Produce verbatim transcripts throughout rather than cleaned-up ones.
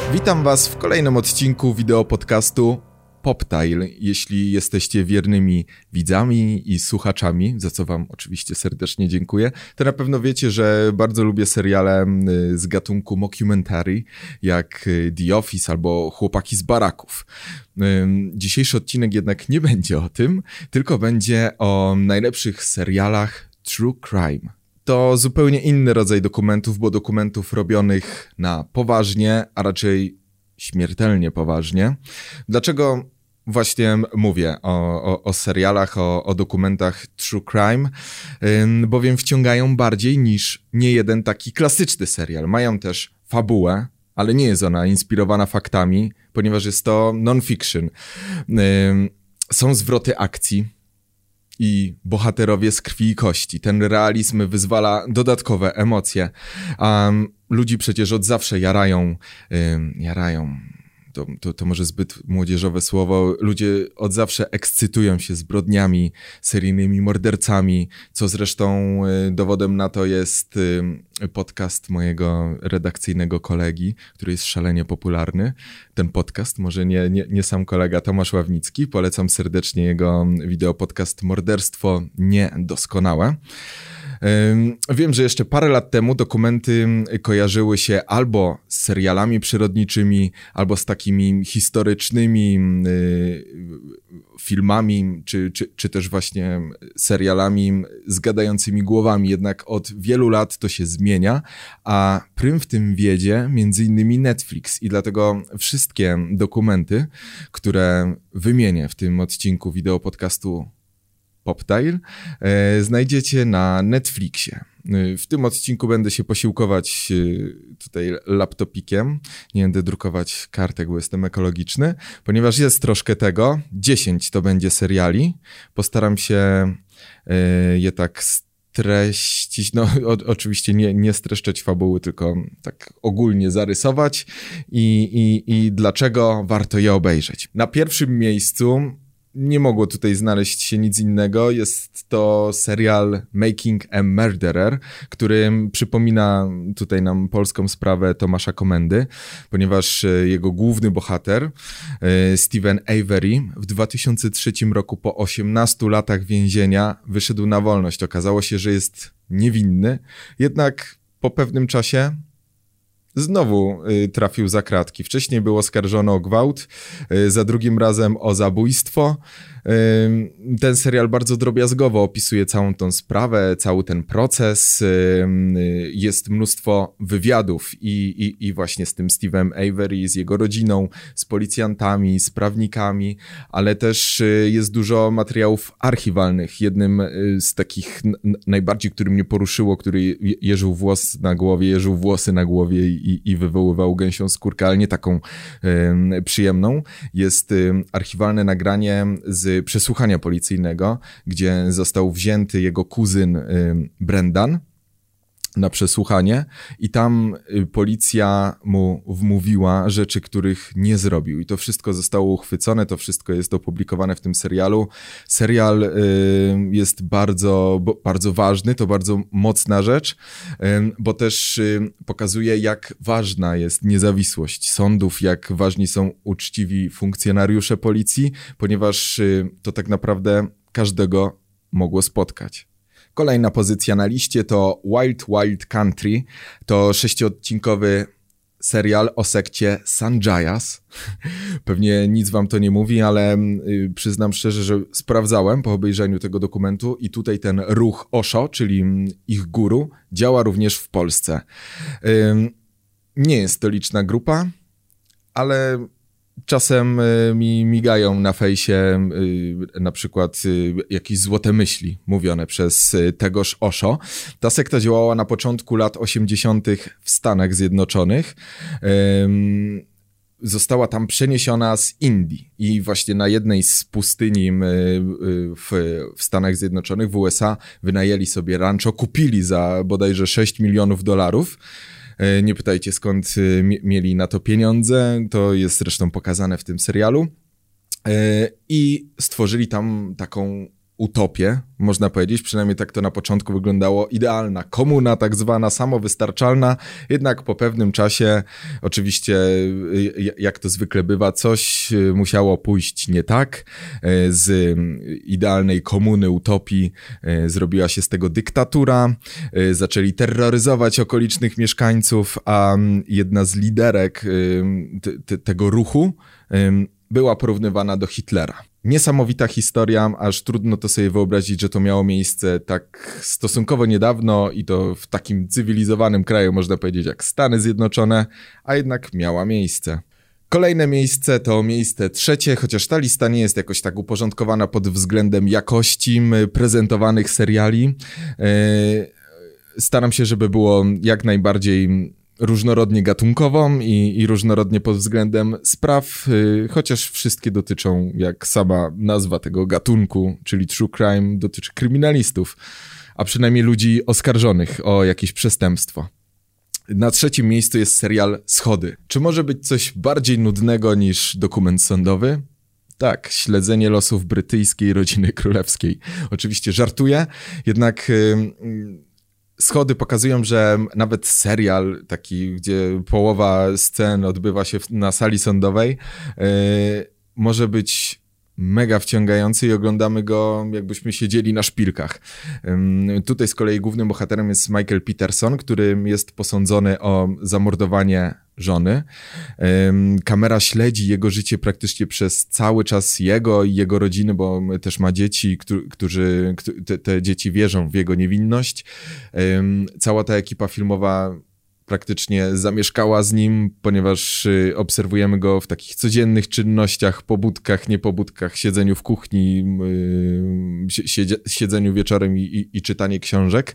Witam Was w kolejnym odcinku wideo podcastu Poptile. Jeśli jesteście wiernymi widzami i słuchaczami, za co Wam oczywiście serdecznie dziękuję, to na pewno wiecie, że bardzo lubię seriale z gatunku mockumentary, jak The Office albo Chłopaki z baraków. Dzisiejszy odcinek jednak nie będzie o tym, tylko będzie o najlepszych serialach True Crime. To zupełnie inny rodzaj dokumentów, bo dokumentów robionych na poważnie, a raczej śmiertelnie poważnie. Dlaczego właśnie mówię o, o, o serialach, o, o dokumentach True Crime? Ym, bowiem wciągają bardziej niż niejeden taki klasyczny serial. Mają też fabułę, ale nie jest ona inspirowana faktami, ponieważ jest to non-fiction. Ym, są zwroty akcji i bohaterowie z krwi i kości. Ten realizm wyzwala dodatkowe emocje. A ludzi przecież od zawsze jarają, yy, jarają, to, to, to może zbyt młodzieżowe słowo, ludzie od zawsze ekscytują się zbrodniami, seryjnymi mordercami, co zresztą yy, dowodem na to jest yy, podcast mojego redakcyjnego kolegi, który jest szalenie popularny. Ten podcast, może nie, nie, nie sam kolega Tomasz Ławnicki, polecam serdecznie jego wideo podcast Morderstwo Niedoskonałe. Wiem, że jeszcze parę lat temu dokumenty kojarzyły się albo z serialami przyrodniczymi, albo z takimi historycznymi filmami, czy, czy, czy też właśnie serialami z gadającymi głowami. Jednak od wielu lat to się zmienia, a prym w tym wiedzie między innymi Netflix i dlatego wszystkie dokumenty, które wymienię w tym odcinku wideo podcastu Poptile, e, znajdziecie na Netflixie. W tym odcinku będę się posiłkować tutaj laptopikiem, nie będę drukować kartek, bo jestem ekologiczny, ponieważ jest troszkę tego, dziesięć to będzie seriali, postaram się e, je tak streścić, no o, oczywiście nie, nie streszczać fabuły, tylko tak ogólnie zarysować i, i, i dlaczego warto je obejrzeć. Na pierwszym miejscu nie mogło tutaj znaleźć się nic innego. Jest to serial Making a Murderer, który przypomina tutaj nam polską sprawę Tomasza Komendy, ponieważ jego główny bohater, Steven Avery, w dwa tysiące trzecim roku po osiemnastu latach więzienia wyszedł na wolność. Okazało się, że jest niewinny, jednak po pewnym czasie znowu y, trafił za kratki. Wcześniej był oskarżony o gwałt, y, za drugim razem o zabójstwo. Y, ten serial bardzo drobiazgowo opisuje całą tą sprawę, cały ten proces. Y, y, jest mnóstwo wywiadów i, i, i właśnie z tym Steve'em Avery, z jego rodziną, z policjantami, z prawnikami, ale też y, jest dużo materiałów archiwalnych. Jednym y, z takich n- najbardziej, który mnie poruszyło, który jeżył włos na głowie, jeżył włosy na głowie i I, i wywoływał gęsią skórkę, ale nie taką y, przyjemną. Jest y, archiwalne nagranie z przesłuchania policyjnego, gdzie został wzięty jego kuzyn y, Brendan na przesłuchanie i tam y, policja mu wmówiła rzeczy, których nie zrobił. I to wszystko zostało uchwycone, to wszystko jest opublikowane w tym serialu. Serial y, jest bardzo, bo, bardzo ważny, to bardzo mocna rzecz, y, bo też y, pokazuje, jak ważna jest niezawisłość sądów, jak ważni są uczciwi funkcjonariusze policji, ponieważ y, to tak naprawdę każdego mogło spotkać. Kolejna pozycja na liście to Wild Wild Country. To sześciodcinkowy serial o sekcie Sanjayas. Pewnie nic wam to nie mówi, ale y, przyznam szczerze, że sprawdzałem po obejrzeniu tego dokumentu i tutaj ten ruch Osho, czyli ich guru, działa również w Polsce. Y, nie jest to liczna grupa, ale czasem y, mi migają na fejsie y, na przykład y, jakieś złote myśli mówione przez y, tegoż Osho. Ta sekta działała na początku lat osiemdziesiątych w Stanach Zjednoczonych. Y, została tam przeniesiona z Indii i właśnie na jednej z pustyni w, w Stanach Zjednoczonych, w U S A, wynajęli sobie rancho, kupili za bodajże sześć milionów dolarów. Nie pytajcie, skąd mieli na to pieniądze, to jest zresztą pokazane w tym serialu. I stworzyli tam taką utopię, można powiedzieć, przynajmniej tak to na początku wyglądało, idealna komuna, tak zwana, samowystarczalna, jednak po pewnym czasie, oczywiście jak to zwykle bywa, coś musiało pójść nie tak, z idealnej komuny, utopii zrobiła się z tego dyktatura, zaczęli terroryzować okolicznych mieszkańców, a jedna z liderek t- t- tego ruchu była porównywana do Hitlera. Niesamowita historia, aż trudno to sobie wyobrazić, że to miało miejsce tak stosunkowo niedawno i to w takim cywilizowanym kraju, można powiedzieć, jak Stany Zjednoczone, a jednak miała miejsce. Kolejne miejsce to miejsce trzecie, chociaż ta lista nie jest jakoś tak uporządkowana pod względem jakości prezentowanych seriali. Staram się, żeby było jak najbardziej różnorodnie gatunkowo i, i różnorodnie pod względem spraw, yy, chociaż wszystkie dotyczą, jak sama nazwa tego gatunku, czyli true crime, dotyczy kryminalistów, a przynajmniej ludzi oskarżonych o jakieś przestępstwo. Na trzecim miejscu jest serial Schody. Czy może być coś bardziej nudnego niż dokument sądowy? Tak, śledzenie losów brytyjskiej rodziny królewskiej. Oczywiście żartuję, jednak Yy, Schody pokazują, że nawet serial taki, gdzie połowa scen odbywa się na sali sądowej, yy, może być mega wciągający i oglądamy go, jakbyśmy siedzieli na szpilkach. Yy, tutaj z kolei głównym bohaterem jest Michael Peterson, który jest posądzony o zamordowanie żony. Yy, kamera śledzi jego życie praktycznie przez cały czas jego i jego rodziny, bo też ma dzieci, którzy, którzy te, te dzieci wierzą w jego niewinność. Yy, cała ta ekipa filmowa praktycznie zamieszkała z nim, ponieważ y, obserwujemy go w takich codziennych czynnościach, pobudkach, niepobudkach, siedzeniu w kuchni, y, siedzie, siedzeniu wieczorem i, i, i czytanie książek.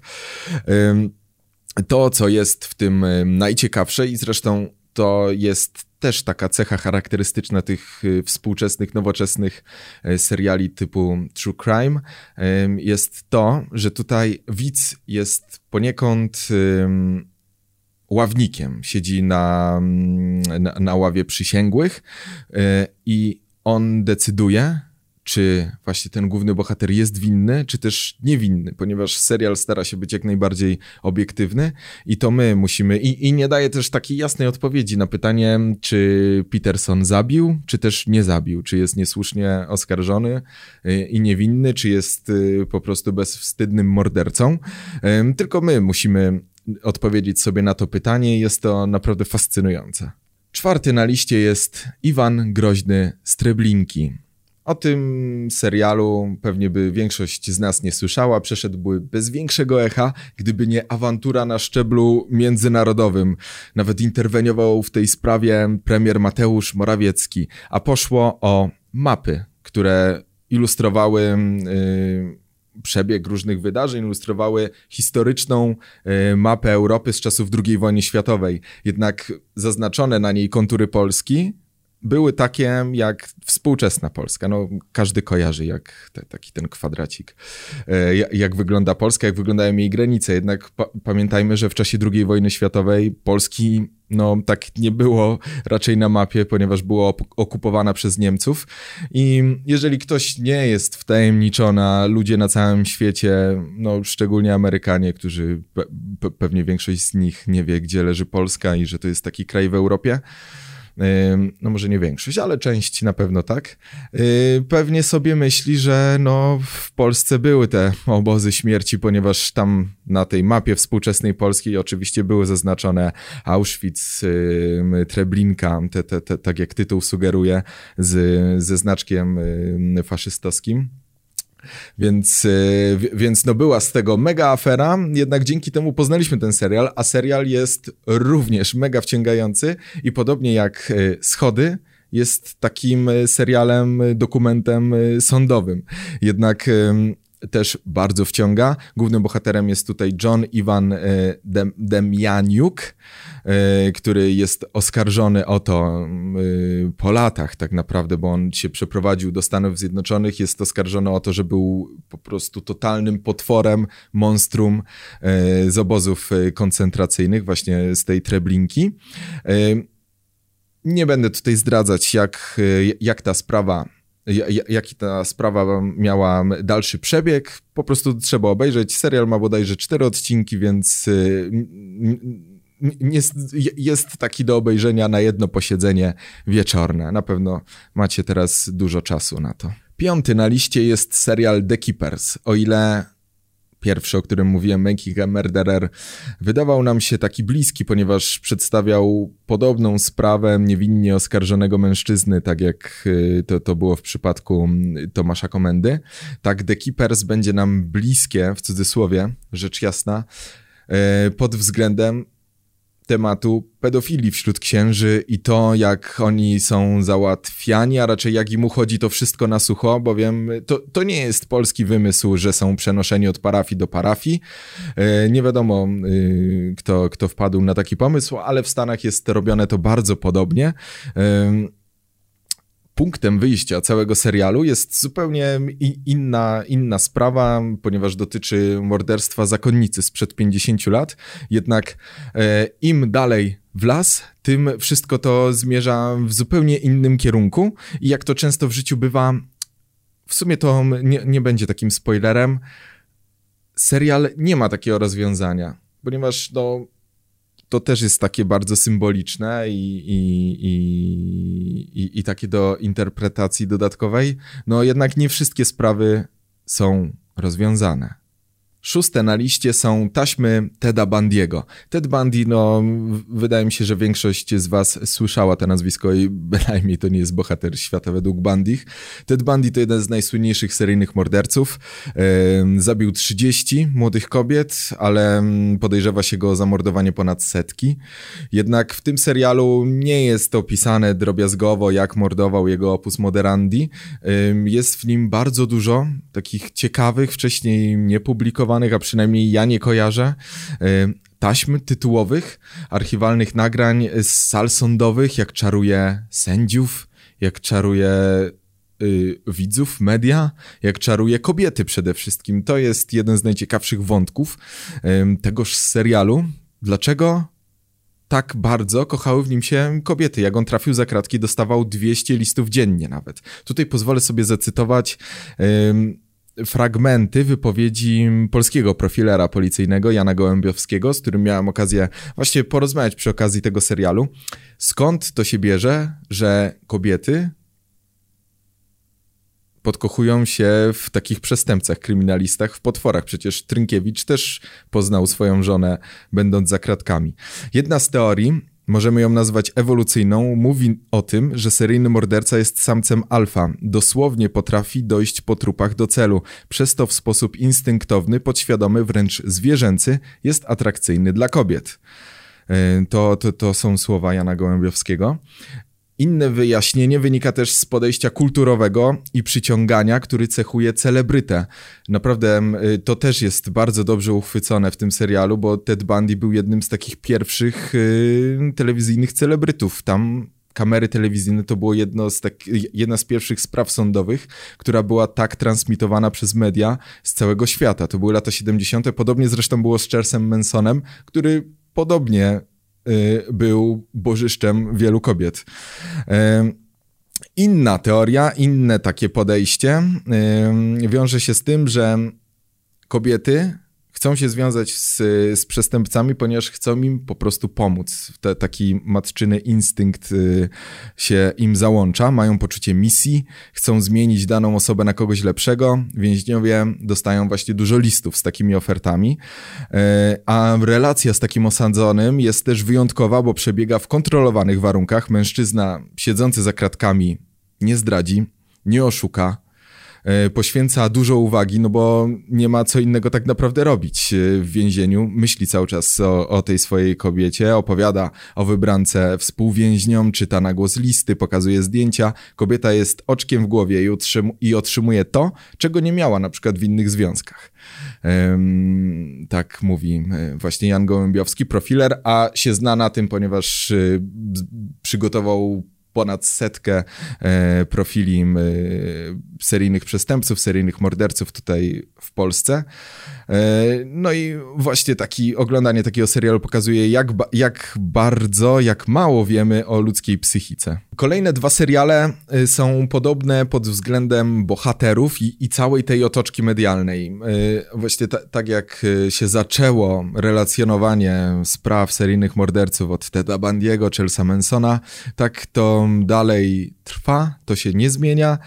Y, to, co jest w tym y, najciekawsze i zresztą to jest też taka cecha charakterystyczna tych y, współczesnych, nowoczesnych y, seriali typu True Crime, y, jest to, że tutaj widz jest poniekąd y, ławnikiem, siedzi na, na, na ławie przysięgłych yy, i on decyduje, czy właśnie ten główny bohater jest winny, czy też niewinny, ponieważ serial stara się być jak najbardziej obiektywny i to my musimy, i, i nie daje też takiej jasnej odpowiedzi na pytanie, czy Peterson zabił, czy też nie zabił, czy jest niesłusznie oskarżony yy, i niewinny, czy jest yy, po prostu bezwstydnym mordercą. Yy, tylko my musimy odpowiedzieć sobie na to pytanie. Jest to naprawdę fascynujące. Czwarty na liście jest Iwan Groźny z Treblinki. O tym serialu pewnie by większość z nas nie słyszała, przeszedłby bez większego echa, gdyby nie awantura na szczeblu międzynarodowym. Nawet interweniował w tej sprawie premier Mateusz Morawiecki, a poszło o mapy, które ilustrowały Yy, przebieg różnych wydarzeń, ilustrowały historyczną y, mapę Europy z czasów drugiej wojny światowej. Jednak zaznaczone na niej kontury Polski były takie jak współczesna Polska. No, każdy kojarzy jak te, taki ten kwadracik. Y, jak wygląda Polska, jak wyglądają jej granice. Jednak pa- pamiętajmy, że w czasie drugiej wojny światowej Polski no tak nie było raczej na mapie, ponieważ była op- okupowana przez Niemców i jeżeli ktoś nie jest wtajemniczona, ludzie na całym świecie, no szczególnie Amerykanie, którzy pe- pe- pewnie większość z nich nie wie, gdzie leży Polska i że to jest taki kraj w Europie, no może nie większość, ale część na pewno tak, pewnie sobie myśli, że no w Polsce były te obozy śmierci, ponieważ tam na tej mapie współczesnej Polski oczywiście były zaznaczone Auschwitz, Treblinka, te, te, te, tak jak tytuł sugeruje, z, ze znaczkiem faszystowskim. Więc, więc no była z tego mega afera, jednak dzięki temu poznaliśmy ten serial, a serial jest również mega wciągający i podobnie jak Schody jest takim serialem, dokumentem sądowym. Jednak też bardzo wciąga. Głównym bohaterem jest tutaj John Iwan Dem- Demjaniuk, który jest oskarżony o to po latach tak naprawdę, bo on się przeprowadził do Stanów Zjednoczonych, jest oskarżony o to, że był po prostu totalnym potworem, monstrum z obozów koncentracyjnych, właśnie z tej Treblinki. Nie będę tutaj zdradzać, jak, jak ta sprawa jaki ta sprawa miała dalszy przebieg. Po prostu trzeba obejrzeć. Serial ma bodajże cztery odcinki, więc jest, jest taki do obejrzenia na jedno posiedzenie wieczorne. Na pewno macie teraz dużo czasu na to. Piąty na liście jest serial The Keepers. O ile pierwszy, o którym mówiłem, Making a Murderer, wydawał nam się taki bliski, ponieważ przedstawiał podobną sprawę niewinnie oskarżonego mężczyzny, tak jak to, to było w przypadku Tomasza Komendy. Tak The Keepers będzie nam bliskie, w cudzysłowie, rzecz jasna, pod względem tematu pedofilii wśród księży i to, jak oni są załatwiani, a raczej jak im uchodzi to wszystko na sucho, bowiem to, to nie jest polski wymysł, że są przenoszeni od parafii do parafii. Nie wiadomo, kto, kto wpadł na taki pomysł, ale w Stanach jest robione to bardzo podobnie. Punktem wyjścia całego serialu jest zupełnie inna, inna sprawa, ponieważ dotyczy morderstwa zakonnicy sprzed pięćdziesięciu lat. Jednak e, im dalej w las, tym wszystko to zmierza w zupełnie innym kierunku. I jak to często w życiu bywa, w sumie to nie, nie będzie takim spoilerem, serial nie ma takiego rozwiązania, ponieważ no, to też jest takie bardzo symboliczne i, i, i, i, i takie do interpretacji dodatkowej. No jednak nie wszystkie sprawy są rozwiązane. Szóste na liście są taśmy Teda Bundy'ego. Ted Bundy, no wydaje mi się, że większość z was słyszała to nazwisko i bynajmniej to nie jest bohater świata według Bundych. Ted Bundy to jeden z najsłynniejszych seryjnych morderców. Yy, zabił trzydzieści młodych kobiet, ale podejrzewa się go o zamordowanie ponad setki. Jednak w tym serialu nie jest opisane drobiazgowo, jak mordował jego opus moderandi. Yy, jest w nim bardzo dużo takich ciekawych, wcześniej niepublikowanych, a przynajmniej ja nie kojarzę, taśm tytułowych, archiwalnych nagrań z sal sądowych, jak czaruje sędziów, jak czaruje y, widzów, media, jak czaruje kobiety przede wszystkim. To jest jeden z najciekawszych wątków y, tegoż serialu. Dlaczego tak bardzo kochały w nim się kobiety? Jak on trafił za kratki, dostawał dwieście listów dziennie nawet. Tutaj pozwolę sobie zacytować y, fragmenty wypowiedzi polskiego profilera policyjnego Jana Gołębiowskiego, z którym miałem okazję właśnie porozmawiać przy okazji tego serialu. Skąd to się bierze, że kobiety podkochują się w takich przestępcach, kryminalistach, w potworach? Przecież Trynkiewicz też poznał swoją żonę, będąc za kratkami. Jedna z teorii, możemy ją nazwać ewolucyjną, mówi o tym, że seryjny morderca jest samcem alfa. Dosłownie potrafi dojść po trupach do celu. Przez to w sposób instynktowny, podświadomy, wręcz zwierzęcy jest atrakcyjny dla kobiet. To, to, to są słowa Jana Gołębiowskiego. Inne wyjaśnienie wynika też z podejścia kulturowego i przyciągania, który cechuje celebrytę. Naprawdę to też jest bardzo dobrze uchwycone w tym serialu, bo Ted Bundy był jednym z takich pierwszych yy, telewizyjnych celebrytów. Tam kamery telewizyjne to było jedno z tak, jedna z pierwszych spraw sądowych, która była tak transmitowana przez media z całego świata. To były lata siedemdziesiąte. Podobnie zresztą było z Charlesem Mansonem, który podobnie był bożyszczem wielu kobiet. Inna teoria, inne takie podejście wiąże się z tym, że kobiety chcą się związać z, z przestępcami, ponieważ chcą im po prostu pomóc. Te, taki matczyny instynkt y, się im załącza, mają poczucie misji, chcą zmienić daną osobę na kogoś lepszego. Więźniowie dostają właśnie dużo listów z takimi ofertami, y, a relacja z takim osadzonym jest też wyjątkowa, bo przebiega w kontrolowanych warunkach. Mężczyzna siedzący za kratkami nie zdradzi, nie oszuka, poświęca dużo uwagi, no bo nie ma co innego tak naprawdę robić w więzieniu. Myśli cały czas o, o tej swojej kobiecie, opowiada o wybrance współwięźniom, czyta na głos listy, pokazuje zdjęcia. Kobieta jest oczkiem w głowie i, utrzym- i otrzymuje to, czego nie miała na przykład w innych związkach. Um, tak mówi właśnie Jan Gołębiowski, profiler, a się zna na tym, ponieważ y, przygotował ponad setkę e, profili e, seryjnych przestępców, seryjnych morderców tutaj w Polsce. E, no i właśnie taki, oglądanie takiego serialu pokazuje, jak, ba- jak bardzo, jak mało wiemy o ludzkiej psychice. Kolejne dwa seriale są podobne pod względem bohaterów i, i całej tej otoczki medialnej. E, właśnie ta, tak jak się zaczęło relacjonowanie spraw seryjnych morderców od Teda Bundy'ego, Charlesa Mansona, tak to dalej trwa, to się nie zmienia,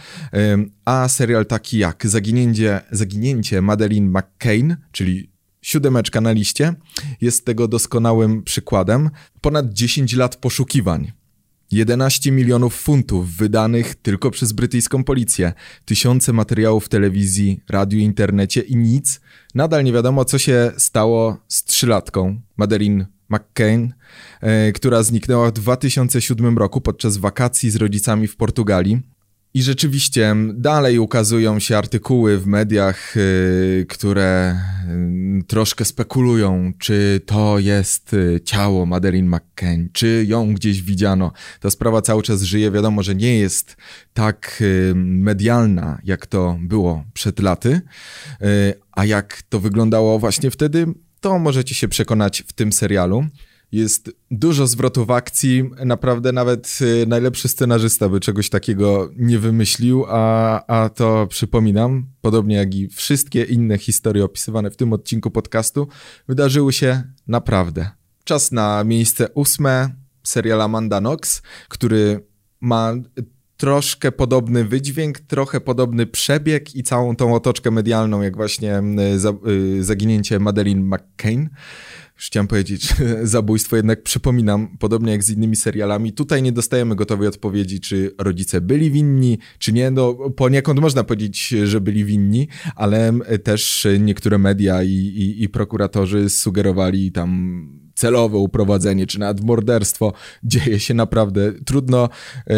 a serial taki jak Zaginięcie, Zaginięcie Madeleine McCann, czyli siódemeczka na liście, jest tego doskonałym przykładem. Ponad dziesięć lat poszukiwań, jedenaście milionów funtów wydanych tylko przez brytyjską policję, tysiące materiałów w telewizji, radiu, internecie i nic. Nadal nie wiadomo, co się stało z trzylatką Madeleine McCann, e, która zniknęła w dwa tysiące siódmym roku podczas wakacji z rodzicami w Portugalii. I rzeczywiście dalej ukazują się artykuły w mediach, yy, które yy, troszkę spekulują, czy to jest yy, ciało Madeleine McCann, czy ją gdzieś widziano. Ta sprawa cały czas żyje. Wiadomo, że nie jest tak yy, medialna, jak to było przed laty, yy, a jak to wyglądało właśnie wtedy, to możecie się przekonać w tym serialu. Jest dużo zwrotów akcji, naprawdę nawet najlepszy scenarzysta by czegoś takiego nie wymyślił, a, a to przypominam, podobnie jak i wszystkie inne historie opisywane w tym odcinku podcastu, wydarzyły się naprawdę. Czas na miejsce ósme, serial Amanda Knox, który ma troszkę podobny wydźwięk, trochę podobny przebieg i całą tą otoczkę medialną, jak właśnie za, zaginięcie Madeleine McCann. Już chciałem powiedzieć zabójstwo, jednak przypominam, podobnie jak z innymi serialami, tutaj nie dostajemy gotowej odpowiedzi, czy rodzice byli winni, czy nie. No, poniekąd można powiedzieć, że byli winni, ale też niektóre media i, i, i prokuratorzy sugerowali tam celowe uprowadzenie, czy nawet morderstwo. Dzieje się naprawdę. Trudno yy,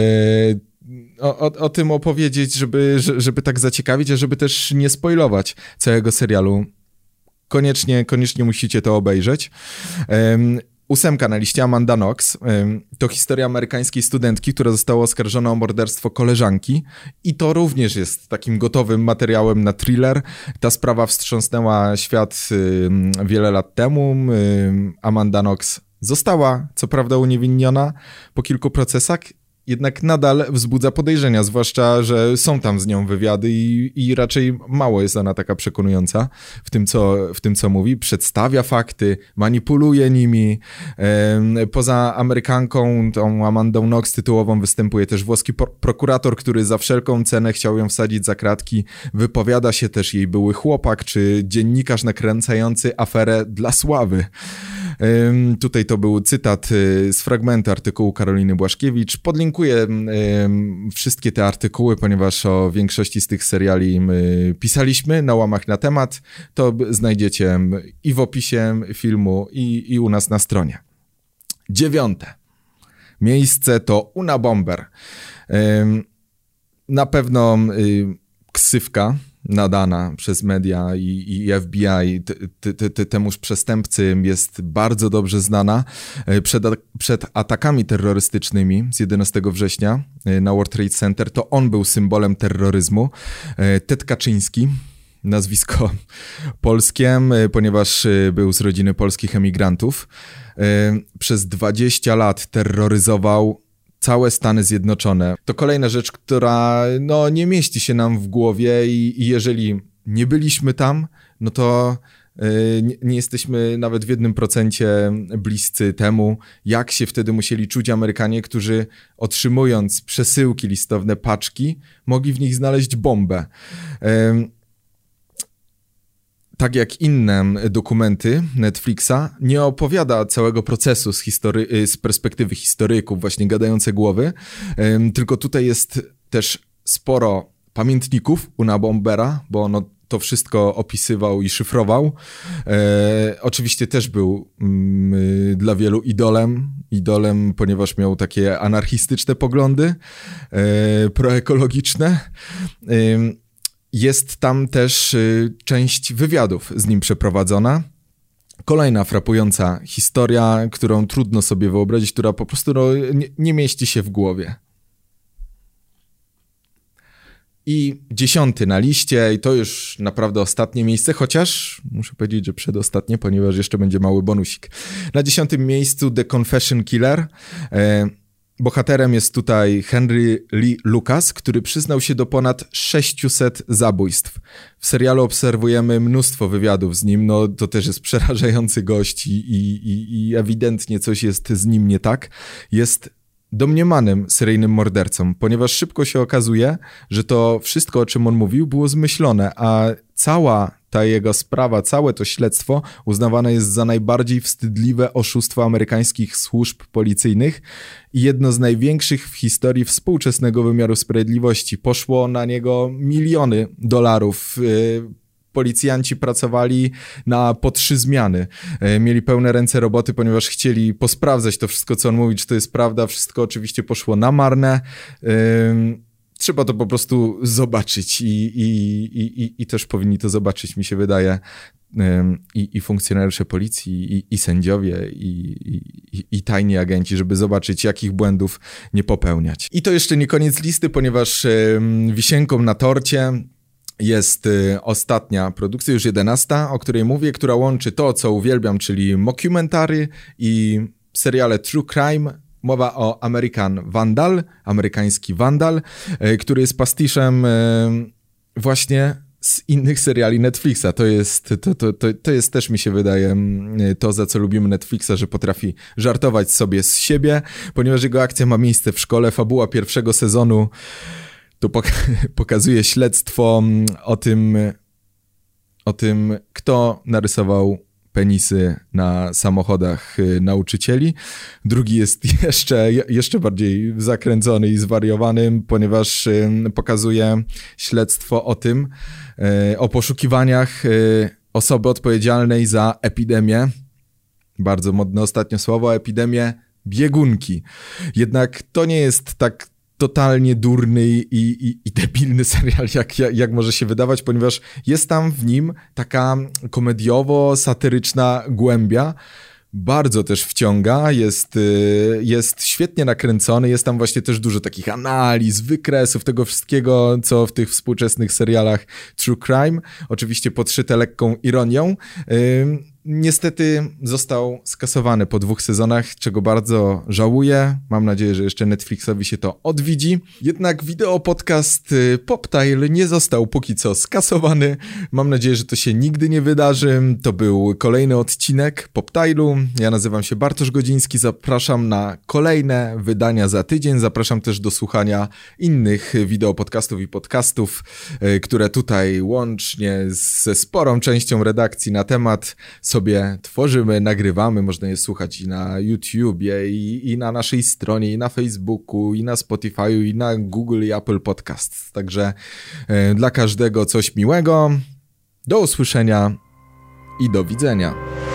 o, o, o tym opowiedzieć, żeby, żeby tak zaciekawić, a żeby też nie spoilować całego serialu. Koniecznie, koniecznie musicie to obejrzeć. Um, ósemka na liście, Amanda Knox. Um, to historia amerykańskiej studentki, która została oskarżona o morderstwo koleżanki i to również jest takim gotowym materiałem na thriller. Ta sprawa wstrząsnęła świat um, wiele lat temu. Um, Amanda Knox została, co prawda, uniewinniona po kilku procesach, jednak nadal wzbudza podejrzenia, zwłaszcza, że są tam z nią wywiady i, i raczej mało jest ona taka przekonująca w tym, co, w tym, co mówi. Przedstawia fakty, manipuluje nimi. Poza Amerykanką, tą Amandą Knox tytułową, występuje też włoski prokurator, który za wszelką cenę chciał ją wsadzić za kratki. Wypowiada się też jej były chłopak, czy dziennikarz nakręcający aferę dla sławy. Um, tutaj to był cytat y, z fragmentu artykułu Karoliny Błaszkiewicz. Podlinkuję y, wszystkie te artykuły, ponieważ o większości z tych seriali y, pisaliśmy na łamach na temat. To znajdziecie i w opisie filmu, i, i u nas na stronie. Dziewiąte miejsce to Una Bomber. Y, na pewno y, ksywka nadana przez media i, i F B I t, t, t, temuż przestępcy jest bardzo dobrze znana. Przed, przed atakami terrorystycznymi z jedenastego września na World Trade Center to on był symbolem terroryzmu. Ted Kaczyński, nazwisko polskie, ponieważ był z rodziny polskich emigrantów. Przez dwadzieścia lat terroryzował całe Stany Zjednoczone. To kolejna rzecz, która no, nie mieści się nam w głowie i, i jeżeli nie byliśmy tam, no to yy, nie, nie jesteśmy nawet w jednym procencie bliscy temu, jak się wtedy musieli czuć Amerykanie, którzy otrzymując przesyłki listowne, paczki, mogli w nich znaleźć bombę. Yy, Tak jak inne dokumenty Netflixa, nie opowiada całego procesu z, history- z perspektywy historyków, właśnie gadające głowy, tylko tutaj jest też sporo pamiętników Una Bombera, bo ono to wszystko opisywał i szyfrował. E, oczywiście też był mm, dla wielu idolem, idolem, ponieważ miał takie anarchistyczne poglądy, e, proekologiczne. E, Jest tam też y, część wywiadów z nim przeprowadzona. Kolejna frapująca historia, którą trudno sobie wyobrazić, która po prostu no, nie, nie mieści się w głowie. I dziesiąty na liście, i to już naprawdę ostatnie miejsce, chociaż muszę powiedzieć, że przedostatnie, ponieważ jeszcze będzie mały bonusik. Na dziesiątym miejscu The Confession Killer. Bohaterem jest tutaj Henry Lee Lucas, który przyznał się do ponad sześciuset zabójstw. W serialu obserwujemy mnóstwo wywiadów z nim, no to też jest przerażający gość i, i, i ewidentnie coś jest z nim nie tak. Jest domniemanym seryjnym mordercą, ponieważ szybko się okazuje, że to wszystko, o czym on mówił, było zmyślone, a cała ta jego sprawa, całe to śledztwo uznawane jest za najbardziej wstydliwe oszustwo amerykańskich służb policyjnych i jedno z największych w historii współczesnego wymiaru sprawiedliwości. Poszło na niego miliony dolarów. Policjanci pracowali na po trzy zmiany. Mieli pełne ręce roboty, ponieważ chcieli posprawdzać to wszystko, co on mówi, czy to jest prawda. Wszystko oczywiście poszło na marne. Trzeba to po prostu zobaczyć i, i, i, i też powinni to zobaczyć, mi się wydaje, i, i funkcjonariusze policji, i, i sędziowie, i, i, i tajni agenci, żeby zobaczyć, jakich błędów nie popełniać. I to jeszcze nie koniec listy, ponieważ wisienką na torcie jest ostatnia produkcja, już jedenasta, o której mówię, która łączy to, co uwielbiam, czyli mockumentary i seriale True Crime. Mowa o American Vandal, amerykański Wandal, który jest pastiszem właśnie z innych seriali Netflixa. To jest, to, to, to, to jest też, mi się wydaje, to, za co lubimy Netflixa, że potrafi żartować sobie z siebie, ponieważ jego akcja ma miejsce w szkole. Fabuła pierwszego sezonu to pok- pokazuje śledztwo o tym, o tym, kto narysował penisy na samochodach nauczycieli. Drugi jest jeszcze, jeszcze bardziej zakręcony i zwariowany, ponieważ pokazuje śledztwo o tym, o poszukiwaniach osoby odpowiedzialnej za epidemię. Bardzo modne ostatnio słowo, epidemię biegunki. Jednak to nie jest tak totalnie durny i, i, i debilny serial, jak, jak, jak może się wydawać, ponieważ jest tam w nim taka komediowo-satyryczna głębia. Bardzo też wciąga, jest, jest świetnie nakręcony, jest tam właśnie też dużo takich analiz, wykresów, tego wszystkiego, co w tych współczesnych serialach True Crime, oczywiście podszyte lekką ironią. Niestety został skasowany po dwóch sezonach, czego bardzo żałuję. Mam nadzieję, że jeszcze Netflixowi się to odwiedzi. Jednak wideo podcast Poptile nie został póki co skasowany. Mam nadzieję, że to się nigdy nie wydarzy. To był kolejny odcinek Poptile'u. Ja nazywam się Bartosz Godziński. Zapraszam na kolejne wydania za tydzień. Zapraszam też do słuchania innych wideo podcastów i podcastów, które tutaj łącznie ze sporą częścią redakcji na temat sobie tworzymy, nagrywamy, można je słuchać i na YouTubie, i, i na naszej stronie, i na Facebooku, i na Spotify'u, i na Google i Apple Podcasts. Także e, dla każdego coś miłego. Do usłyszenia i do widzenia.